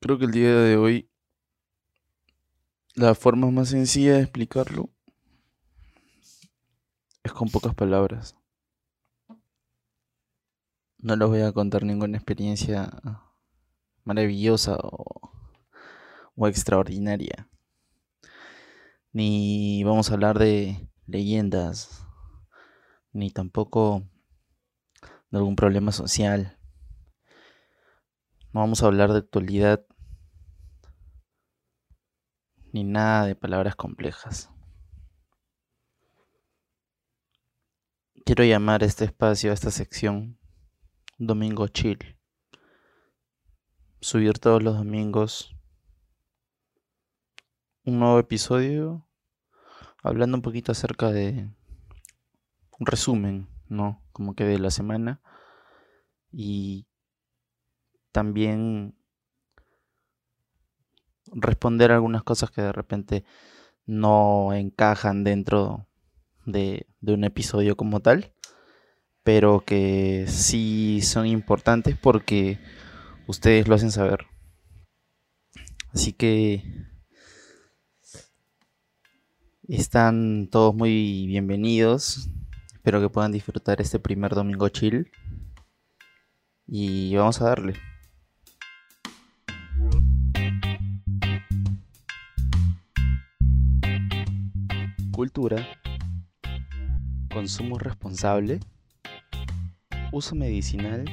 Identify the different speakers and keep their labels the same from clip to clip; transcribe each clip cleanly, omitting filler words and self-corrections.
Speaker 1: Creo que el día de hoy la forma más sencilla de explicarlo es con pocas palabras. No les voy a contar ninguna experiencia maravillosa o extraordinaria. Ni vamos a hablar de leyendas, ni tampoco de algún problema social. No vamos a hablar de actualidad, ni nada de palabras complejas. Quiero llamar a este espacio, a esta sección, Domingo Chill. Subir todos los domingos un nuevo episodio hablando un poquito acerca de un resumen, ¿no? Como que de la semana y también responder algunas cosas que de repente no encajan dentro de un episodio como tal, pero que sí son importantes porque ustedes lo hacen saber. Así que están todos muy bienvenidos. Espero que puedan disfrutar este primer domingo chill. Y vamos a darle. Cultura, consumo responsable, uso medicinal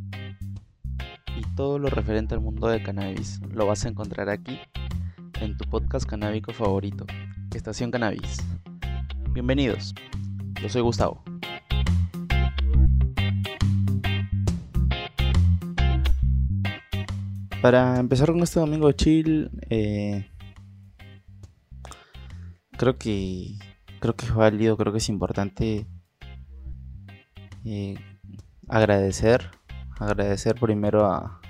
Speaker 1: y todo lo referente al mundo de cannabis lo vas a encontrar aquí en tu podcast canábico favorito, Estación Cannabis. Bienvenidos, yo soy Gustavo. Para empezar con este domingo chill, creo que es válido, creo que es importante eh, agradecer primero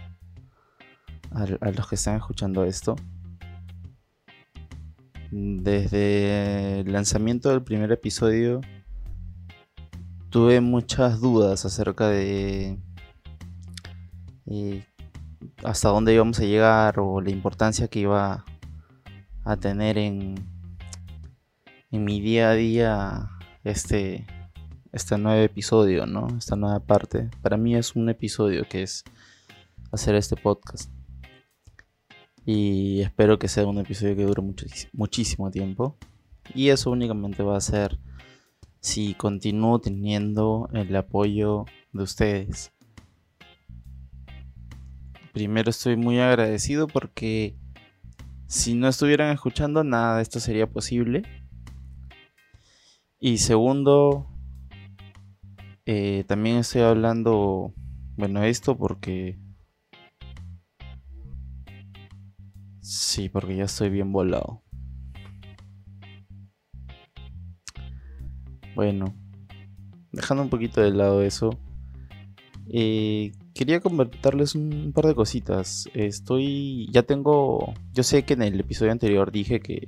Speaker 1: a los que están escuchando esto. Desde el lanzamiento del primer episodio tuve muchas dudas acerca de hasta dónde íbamos a llegar o la importancia que iba a tener en mi día a día este nuevo episodio, ¿no? Esta nueva parte. Para mí es un episodio que es hacer este podcast. Y espero que sea un episodio que dure muchísimo tiempo. Y eso únicamente va a ser si continúo teniendo el apoyo de ustedes. Primero estoy muy agradecido porque si no estuvieran escuchando nada de esto sería posible. Y segundo, también estoy hablando, esto porque sí, porque ya estoy bien volado. Bueno, dejando un poquito de lado eso, quería comentarles un par de cositas. Yo sé que en el episodio anterior dije que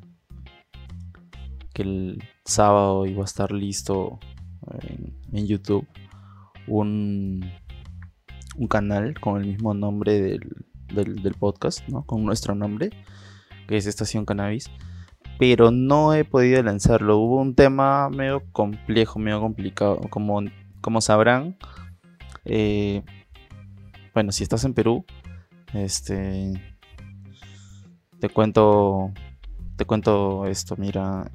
Speaker 1: el sábado iba a estar listo en YouTube un canal con el mismo nombre del podcast, ¿no? Con nuestro nombre, que es Estación Cannabis, pero no he podido lanzarlo. Hubo un tema medio complejo, medio complicado, como sabrán. Bueno, si estás en Perú, te cuento esto. Mira,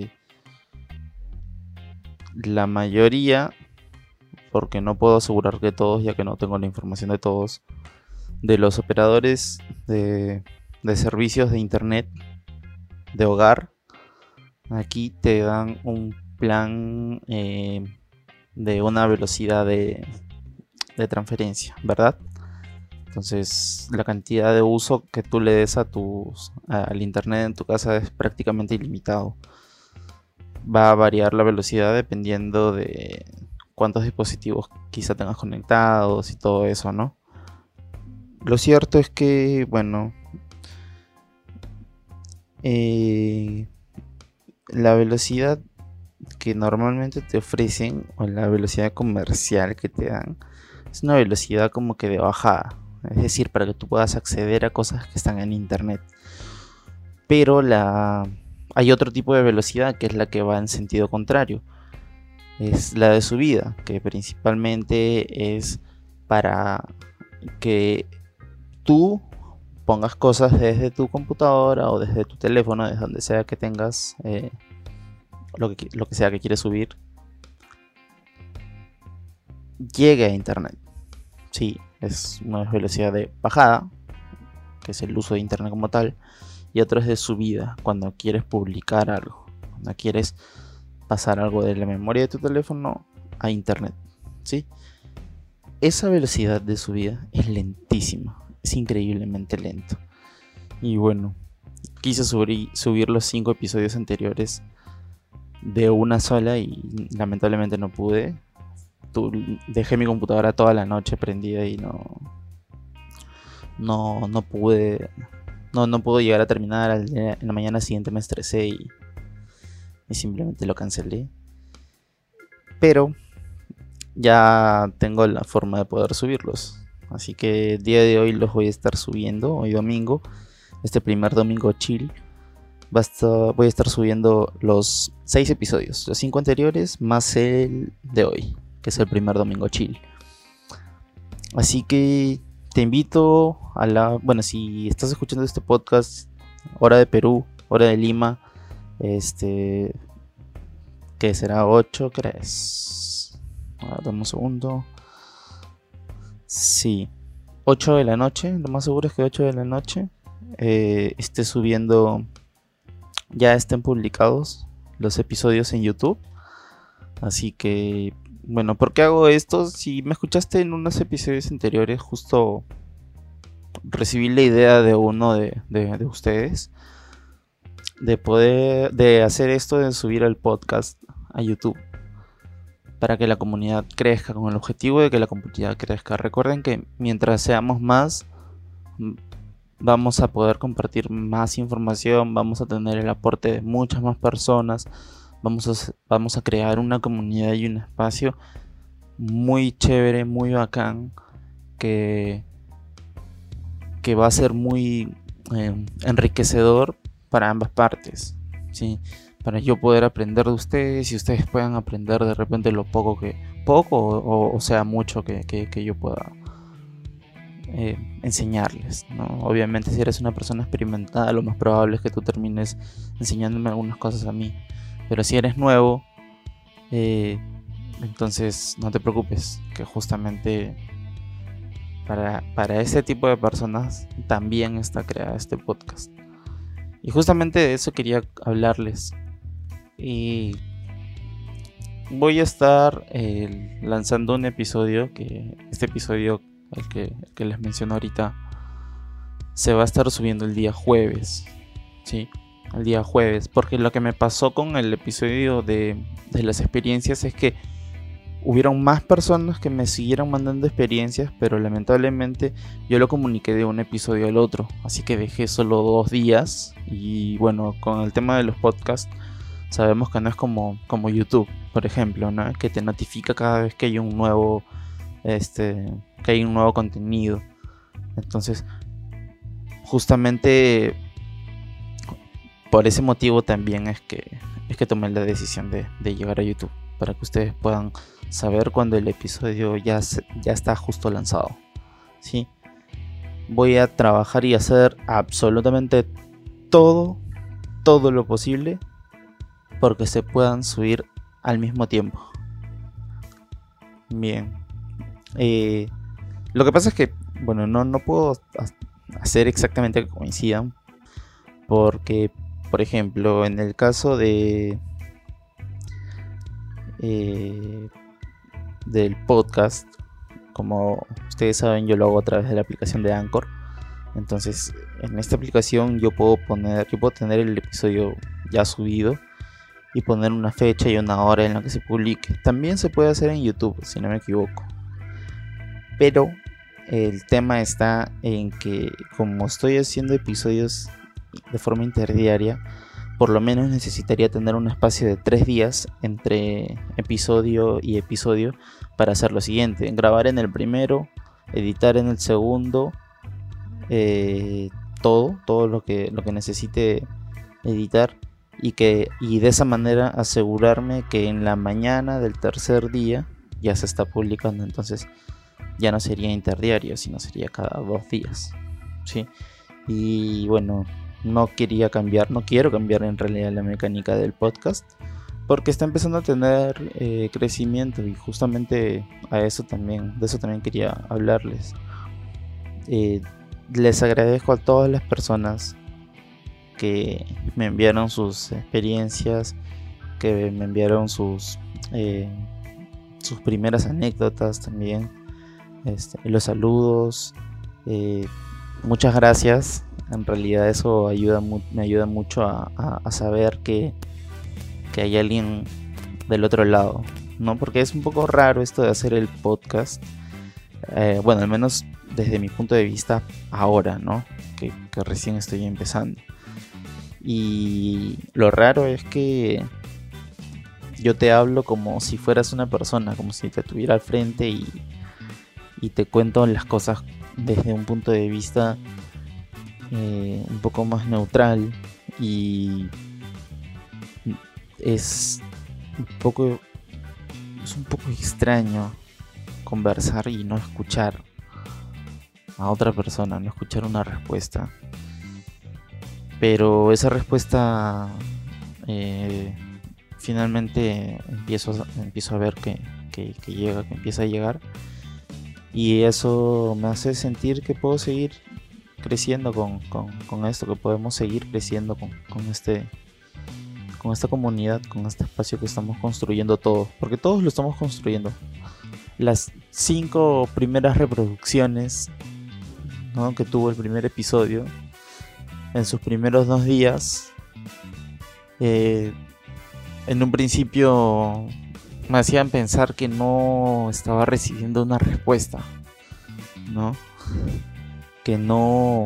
Speaker 1: la mayoría, porque no puedo asegurar que todos, ya que no tengo la información de todos, de los operadores de servicios de internet de hogar, aquí te dan un plan de una velocidad de transferencia, ¿verdad? Entonces la cantidad de uso que tú le des al internet en tu casa es prácticamente ilimitado. Va a variar la velocidad dependiendo de cuántos dispositivos quizá tengas conectados y todo eso, ¿no? Lo cierto es que, la velocidad que normalmente te ofrecen o la velocidad comercial que te dan es una velocidad como que de bajada. es decir, para que tú puedas acceder a cosas que están en internet. Pero hay otro tipo de velocidad que es la que va en sentido contrario. Es la de subida, que principalmente es para que tú pongas cosas desde tu computadora o desde tu teléfono, desde donde sea que tengas lo que sea que quieres subir, llegue a internet. Sí, es una velocidad de bajada, que es el uso de internet como tal, y otro es de subida, cuando quieres publicar algo, cuando quieres pasar algo de la memoria de tu teléfono a internet, ¿sí? Esa velocidad de subida es lentísima, es increíblemente lento. Y bueno, quise subir los 5 episodios anteriores de una sola y lamentablemente no pude. Dejé mi computadora toda la noche prendida y no pude. No pude llegar a terminar. En la mañana siguiente me estresé y simplemente lo cancelé. Pero ya tengo la forma de poder subirlos. Así que el día de hoy los voy a estar subiendo. Hoy domingo, este primer domingo chill, voy a estar subiendo los 6 episodios. Los 5 anteriores más el de hoy, que es el primer domingo chill. Así que te invito bueno, si estás escuchando este podcast, hora de Perú, hora de Lima, que será 8, ¿crees? Dame un segundo. Sí, 8 de la noche, lo más seguro es que 8 de la noche esté subiendo, ya estén publicados los episodios en YouTube. Así que, bueno, ¿por qué hago esto? Si me escuchaste en unos episodios anteriores, justo recibí la idea de uno de ustedes de hacer esto, de subir el podcast a YouTube para que la comunidad crezca, con el objetivo de que la comunidad crezca. Recuerden que mientras seamos más, vamos a poder compartir más información, vamos a tener el aporte de muchas más personas, vamos a crear una comunidad y un espacio muy chévere, muy bacán, que va a ser muy enriquecedor para ambas partes, ¿sí? Para yo poder aprender de ustedes y ustedes puedan aprender de repente lo poco o sea mucho que yo pueda enseñarles, ¿no? Obviamente si eres una persona experimentada, lo más probable es que tú termines enseñándome algunas cosas a mí, pero si eres nuevo, entonces no te preocupes, que justamente para ese tipo de personas también está creado este podcast. Y justamente de eso quería hablarles. Y voy a estar lanzando un episodio, este episodio, el que les menciono ahorita, se va a estar subiendo el día jueves, ¿sí? El día jueves, porque lo que me pasó con el episodio de las experiencias es que hubieron más personas que me siguieron mandando experiencias, pero lamentablemente yo lo comuniqué de un episodio al otro, así que dejé solo 2 días. Y bueno, con el tema de los podcasts, sabemos que no es como YouTube, por ejemplo, ¿no? Que te notifica cada vez que hay un nuevo contenido. Entonces, justamente por ese motivo también es que tomé la decisión de llegar a YouTube, para que ustedes puedan saber cuando el episodio ya está justo lanzado, ¿sí? Voy a trabajar y hacer absolutamente todo lo posible porque se puedan subir al mismo tiempo. Bien. Lo que pasa es que, bueno, no puedo hacer exactamente que coincidan, porque, por ejemplo, en el caso del podcast, como ustedes saben, yo lo hago a través de la aplicación de Anchor. Entonces, en esta aplicación yo puedo tener el episodio ya subido y poner una fecha y una hora en la que se publique. También se puede hacer en YouTube, si no me equivoco. Pero el tema está en que, como estoy haciendo episodios de forma interdiaria, por lo menos necesitaría tener un espacio de 3 días entre episodio y episodio para hacer lo siguiente: grabar en el primero, editar en el segundo todo lo que necesite editar, y de esa manera asegurarme que en la mañana del tercer día ya se está publicando. Entonces ya no sería interdiario, sino sería cada 2 días, ¿sí? Y bueno, no quiero cambiar en realidad la mecánica del podcast, porque está empezando a tener crecimiento, y justamente de eso también quería hablarles. Les agradezco a todas las personas que me enviaron sus experiencias, que me enviaron sus primeras anécdotas también, los saludos. Muchas gracias. En realidad eso me ayuda mucho a saber que hay alguien del otro lado, ¿no? Porque es un poco raro esto de hacer el podcast. Bueno, al menos desde mi punto de vista ahora, ¿no? Que recién estoy empezando. Y lo raro es que yo te hablo como si fueras una persona, como si te tuviera al frente, y te cuento las cosas desde un punto de vista un poco más neutral, y es un poco extraño conversar y no escuchar a otra persona, no escuchar una respuesta. Pero esa respuesta finalmente empiezo a ver que llega, que empieza a llegar, y eso me hace sentir que puedo seguir creciendo con esto, que podemos seguir creciendo con esta comunidad, con este espacio que estamos construyendo todos, porque todos lo estamos construyendo. Las 5 primeras reproducciones, ¿no?, que tuvo el primer episodio, en sus primeros 2 días, en un principio me hacían pensar que no estaba recibiendo una respuesta, ¿no? Que no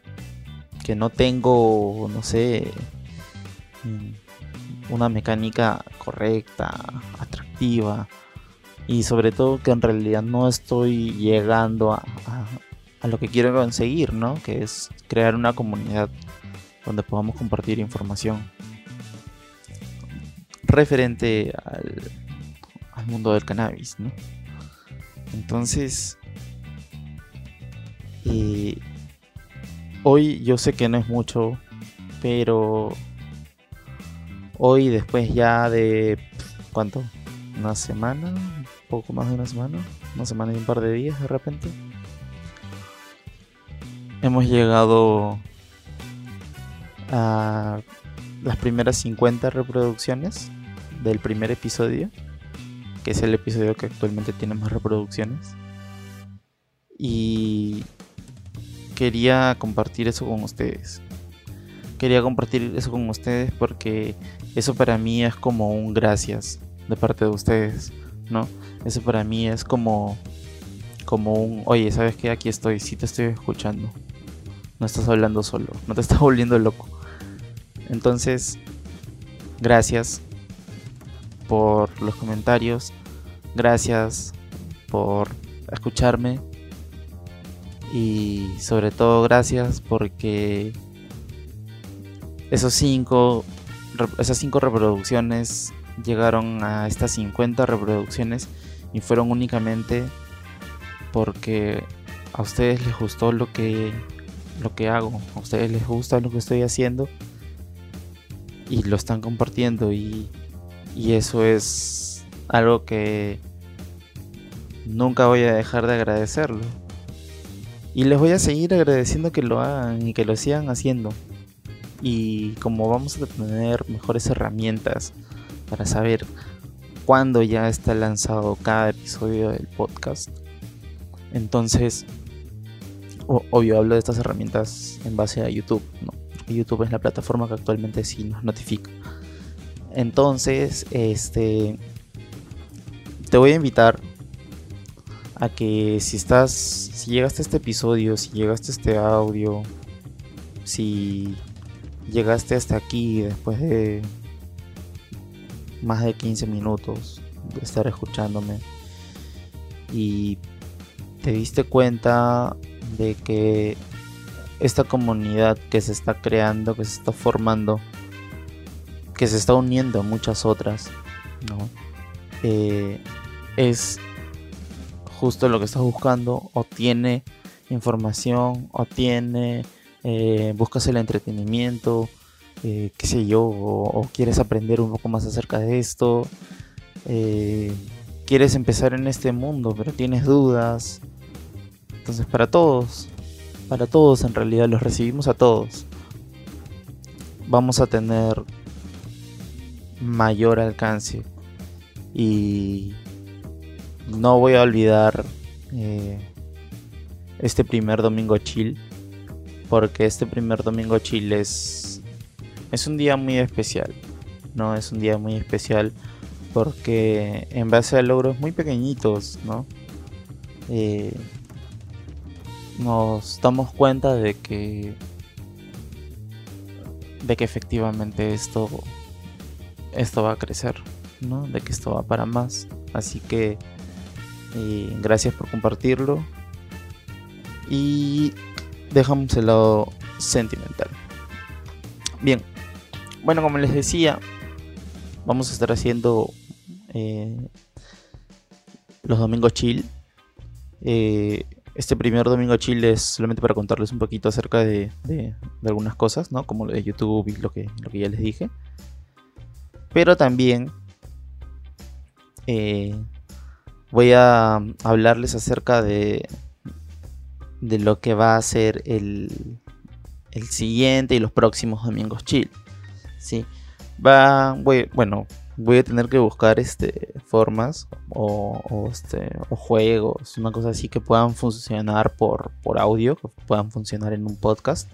Speaker 1: tengo, no sé, una mecánica correcta, atractiva, y sobre todo que en realidad no estoy llegando a lo que quiero conseguir, ¿no? Que es crear una comunidad donde podamos compartir información referente al mundo del cannabis, ¿no? Entonces, hoy yo sé que no es mucho, pero hoy, después ya de ¿cuánto? ¿Una semana? ¿Un poco más de una semana? ¿Una semana y un par de días de repente? Hemos llegado a las primeras 50 reproducciones del primer episodio, que es el episodio que actualmente tiene más reproducciones. Y quería compartir eso con ustedes. Porque eso para mí es como un gracias de parte de ustedes, ¿no? Eso para mí es como un, oye, ¿sabes qué? Aquí estoy, sí te estoy escuchando. No estás hablando solo, no te estás volviendo loco. Entonces, gracias por los comentarios, gracias por escucharme, y sobre todo gracias porque esas 5 reproducciones llegaron a estas 50 reproducciones, y fueron únicamente porque a ustedes les gustó lo que hago, a ustedes les gusta lo que estoy haciendo y lo están compartiendo, y eso es algo que nunca voy a dejar de agradecerlo, y les voy a seguir agradeciendo que lo hagan y que lo sigan haciendo. Y como vamos a tener mejores herramientas para saber cuándo ya está lanzado cada episodio del podcast, entonces obvio hablo de estas herramientas en base a YouTube, ¿no? Porque YouTube es la plataforma que actualmente sí nos notifica. Entonces, te voy a invitar a que si llegaste a este episodio, si llegaste a este audio, si llegaste hasta aquí después de más de 15 minutos de estar escuchándome, y te diste cuenta de que esta comunidad que se está creando, que se está formando, que se está uniendo a muchas otras, ¿no? Es justo lo que estás buscando, o tiene información, o buscas el entretenimiento, qué sé yo, o quieres aprender un poco más acerca de esto, quieres empezar en este mundo pero tienes dudas. Entonces para todos en realidad, los recibimos a todos. Vamos a tener mayor alcance, y no voy a olvidar este primer domingo chill, porque este primer domingo chill es un día muy especial, ¿no? Es un día muy especial porque en base a logros muy pequeñitos, ¿no? Nos damos cuenta de que efectivamente esto va a crecer, ¿no? De que esto va para más. Así que gracias por compartirlo, y dejamos el lado sentimental. Bien, bueno, como les decía, vamos a estar haciendo los domingos chill. Este primer domingo chill es solamente para contarles un poquito acerca de algunas cosas, ¿no? Como lo de YouTube y lo que ya les dije. Pero también voy a hablarles acerca de lo que va a ser el siguiente y los próximos domingos chill, ¿sí? Voy a tener que buscar formas o juegos, una cosa así que puedan funcionar por audio, que puedan funcionar en un podcast,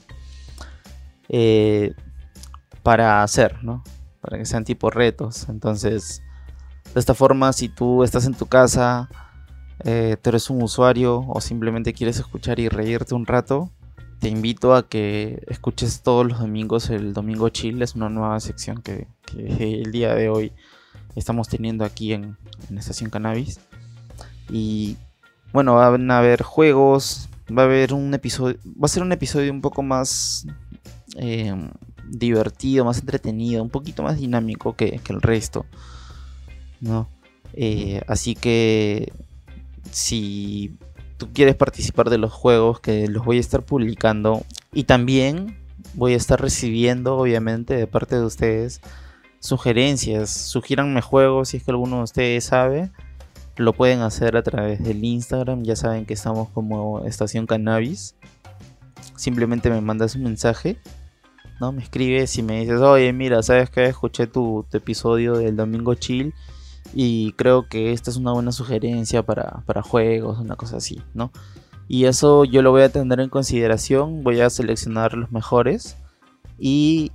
Speaker 1: para hacer, ¿no? Para que sean tipo retos. Entonces, de esta forma, si tú estás en tu casa, tú eres un usuario o simplemente quieres escuchar y reírte un rato, te invito a que escuches todos los domingos el Domingo Chill. Es una nueva sección que el día de hoy estamos teniendo aquí en Estación Cannabis. Y bueno, van a haber juegos, va a ser un episodio un poco más divertido, más entretenido, un poquito más dinámico que el resto, ¿no? Así que si tú quieres participar de los juegos, que los voy a estar publicando, y también voy a estar recibiendo, obviamente, de parte de ustedes sugerencias. Sugiéranme juegos si es que alguno de ustedes sabe. Lo pueden hacer a través del Instagram. Ya saben que estamos como Estación Cannabis. Simplemente me mandas un mensaje, ¿no? Me escribes y me dices: oye, mira, ¿sabes qué? Escuché tu episodio del Domingo Chill y creo que esta es una buena sugerencia para juegos, una cosa así, ¿no? Y eso yo lo voy a tener en consideración. Voy a seleccionar los mejores y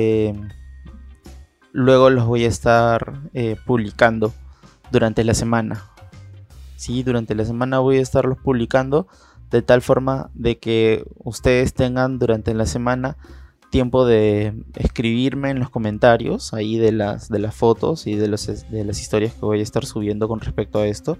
Speaker 1: luego los voy a estar publicando durante la semana. Sí, durante la semana voy a estarlos publicando, de tal forma de que ustedes tengan durante la semana tiempo de escribirme en los comentarios ahí de las fotos y de las historias que voy a estar subiendo con respecto a esto,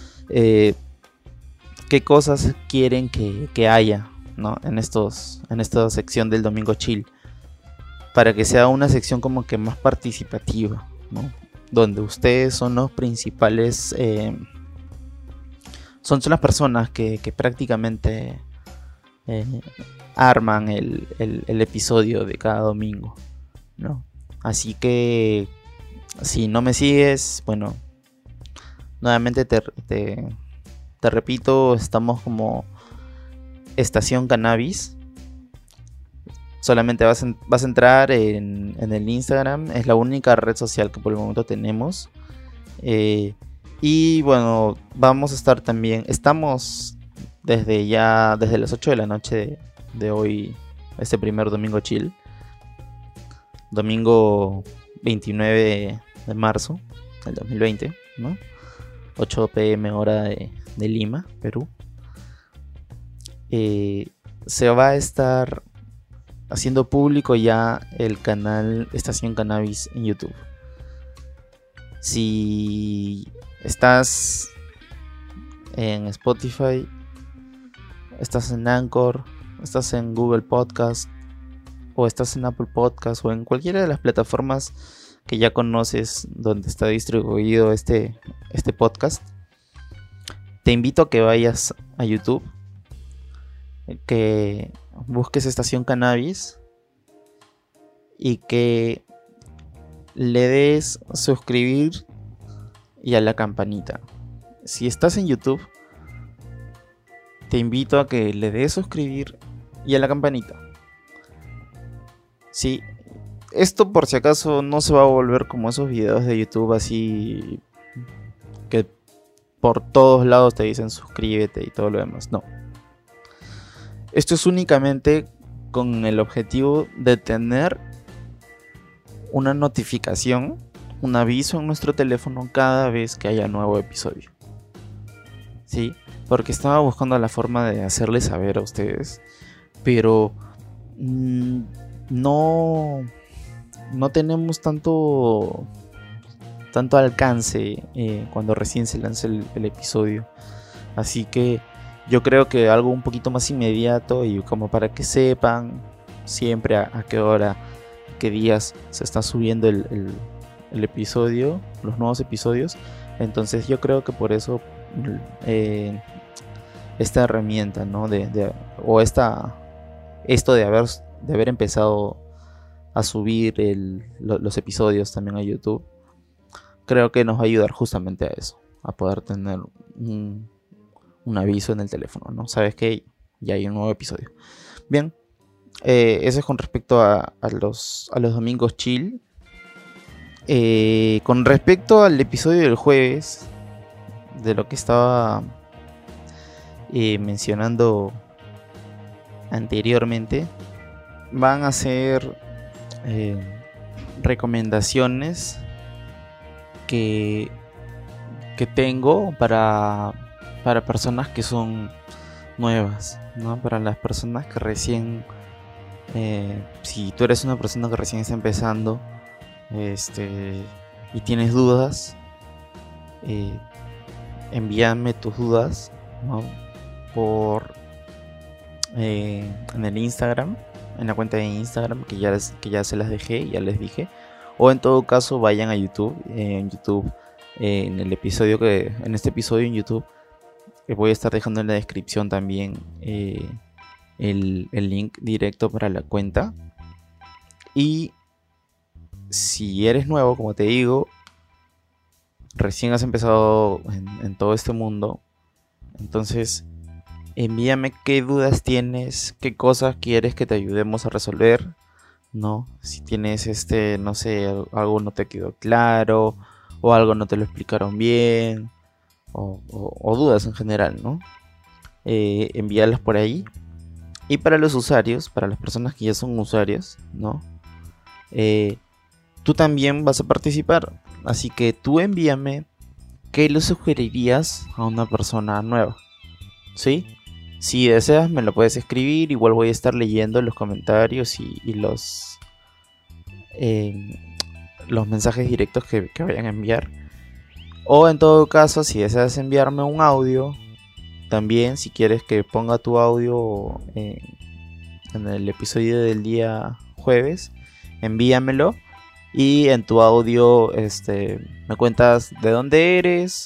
Speaker 1: qué cosas quieren que haya, ¿no? en esta sección del Domingo Chill, para que sea una sección como que más participativa, ¿no? Donde ustedes son los principales, son las personas que prácticamente arman el episodio de cada domingo, ¿no? Así que si no me sigues, bueno, nuevamente te repito, estamos como Estación Cannabis. Solamente vas a entrar en el Instagram. Es la única red social que por el momento tenemos. Y bueno, vamos a estar también. Estamos desde las 8 de la noche de hoy, este primer domingo chill. Domingo 29 de marzo del 2020, ¿no? 8 p.m. hora de Lima, Perú. Se va a estar haciendo público ya el canal Estación Cannabis en YouTube. Si estás en Spotify, estás en Anchor, estás en Google Podcast, o estás en Apple Podcast, o en cualquiera de las plataformas que ya conoces donde está distribuido este podcast, te invito a que vayas a YouTube, que busques Estación Cannabis y que le des suscribir y a la campanita. Si estás en YouTube, te invito a que le des suscribir y a la campanita. Sí, esto por si acaso no se va a volver como esos videos de YouTube así que por todos lados te dicen suscríbete y todo lo demás. No. Esto es únicamente con el objetivo de tener una notificación, un aviso en nuestro teléfono cada vez que haya nuevo episodio. Sí, porque estaba buscando la forma de hacerles saber a ustedes, pero no tenemos tanto alcance cuando recién se lanza el episodio. Así que yo creo que algo un poquito más inmediato y como para que sepan siempre a qué hora, qué días se está subiendo el episodio, los nuevos episodios. Entonces yo creo que por eso esta herramienta, ¿no? Esto de haber empezado a subir los episodios también a YouTube, creo que nos va a ayudar justamente a eso, a poder tener un aviso en el teléfono, ¿no? Sabes que ya hay un nuevo episodio. Bien, eso es con respecto a los domingos chill. Con respecto al episodio del jueves, de lo que estaba mencionando anteriormente, van a ser recomendaciones que tengo para personas que son nuevas, ¿no? Para las personas que recién, si tú eres una persona que recién está empezando y tienes dudas, envíame tus dudas, ¿no? En el Instagram, en la cuenta de Instagram que ya se las dejé, ya les dije, o en todo caso vayan a YouTube, en este episodio en YouTube voy a estar dejando en la descripción también el link directo para la cuenta. Y si eres nuevo, como te digo, recién has empezado en todo este mundo, entonces envíame qué dudas tienes, qué cosas quieres que te ayudemos a resolver, ¿no? Si tienes no sé, algo no te quedó claro, o algo no te lo explicaron bien, o dudas en general, ¿no? Envíalas por ahí. Y para los usuarios, para las personas que ya son usuarios, ¿no? Tú también vas a participar. Así que tú envíame qué le sugerirías a una persona nueva, ¿sí? Si deseas me lo puedes escribir. Igual voy a estar leyendo los comentarios y los mensajes directos que vayan a enviar. O en todo caso, si deseas enviarme un audio, también si quieres que ponga tu audio en el episodio del día jueves, envíamelo. Y en tu audio me cuentas de dónde eres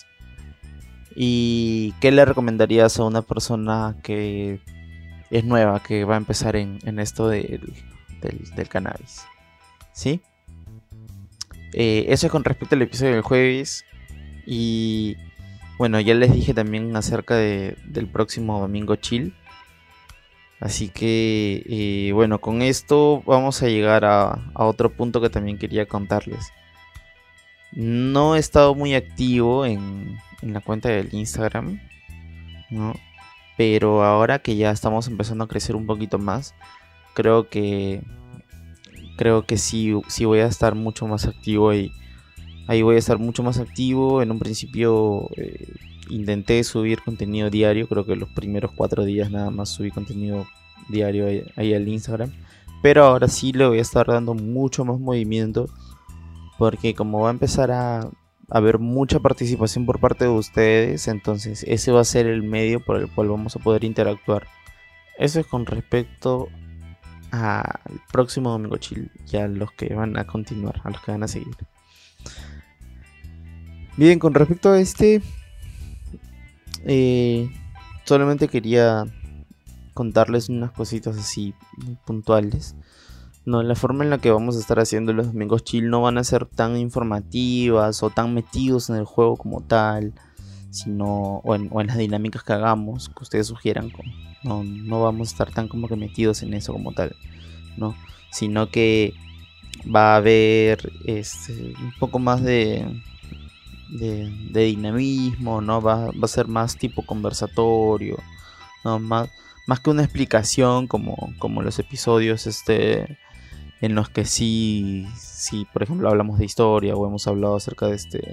Speaker 1: y qué le recomendarías a una persona que es nueva, que va a empezar en esto del cannabis, ¿sí? Eso es con respecto al episodio del jueves. Y bueno, ya les dije también acerca del próximo domingo chill. Así que bueno, con esto vamos a llegar a otro punto que también quería contarles. No he estado muy activo en la cuenta del Instagram, ¿no? Pero ahora que ya estamos empezando a crecer un poquito más, creo que sí voy a estar mucho más activo y ahí voy a estar mucho más activo. En un principio intenté subir contenido diario. Creo que los primeros 4 días nada más subí contenido diario ahí al Instagram. Pero ahora sí le voy a estar dando mucho más movimiento, porque como va a empezar a haber mucha participación por parte de ustedes, entonces ese va a ser el medio por el cual vamos a poder interactuar Eso es con respecto al próximo Domingo Chill y a los que van a continuar, a los que van a seguir. Bien, con respecto a solamente quería contarles unas cositas así muy puntuales. No, la forma en la que vamos a estar haciendo los Domingos Chill no van a ser tan informativas o tan metidos en el juego como tal, sino o en las dinámicas que hagamos, que ustedes sugieran. No vamos a estar tan como que metidos en eso como tal, ¿no? Sino que va a haber un poco más de dinamismo, ¿no? Va a ser más tipo conversatorio, ¿no? Más que una explicación como los episodios en los que sí, por ejemplo, hablamos de historia o hemos hablado acerca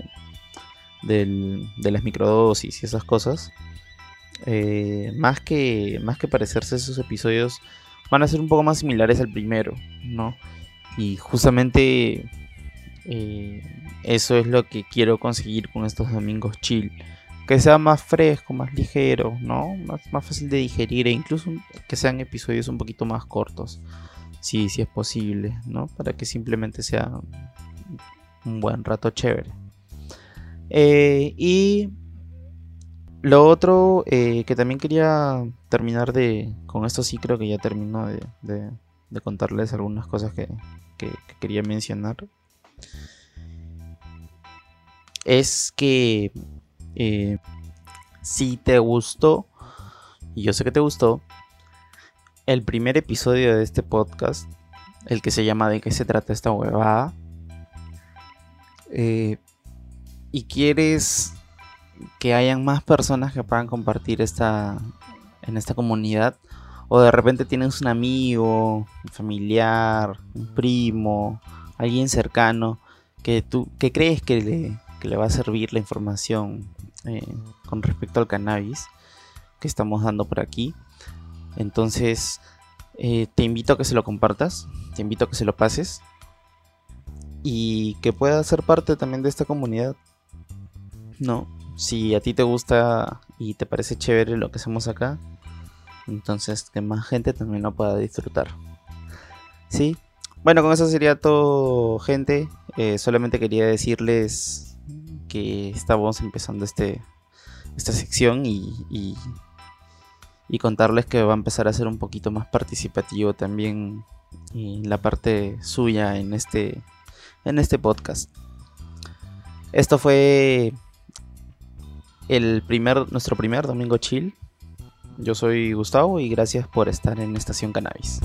Speaker 1: de las microdosis y esas cosas. Más que parecerse a esos episodios, van a ser un poco más similares al primero, ¿no? Y justamente eso es lo que quiero conseguir con estos Domingos Chill. Que sea más fresco, más ligero, ¿no? Más fácil de digerir, e incluso que sean episodios un poquito más cortos, si es posible, ¿no? Para que simplemente sea un buen rato chévere. Y lo otro que también quería terminar con esto, sí creo que ya termino de contarles algunas cosas que quería mencionar. Es que si te gustó, y yo sé que te gustó, el primer episodio de este podcast, el que se llama ¿De qué se trata esta huevada? Y quieres que hayan más personas que puedan compartir en esta comunidad, o de repente tienes un amigo, un familiar, un primo, alguien cercano que crees que le va a servir la información con respecto al cannabis que estamos dando por aquí, entonces te invito a que se lo compartas, te invito a que se lo pases y que pueda ser parte también de esta comunidad, ¿no? Si a ti te gusta y te parece chévere lo que hacemos acá, entonces que más gente también lo pueda disfrutar. ¿Sí? Bueno, con eso sería todo, gente. Solamente quería decirles que estamos empezando esta sección y contarles que va a empezar a ser un poquito más participativo también en la parte suya en este podcast. Esto fue nuestro primer Domingo Chill. Yo soy Gustavo y gracias por estar en Estación Cannabis.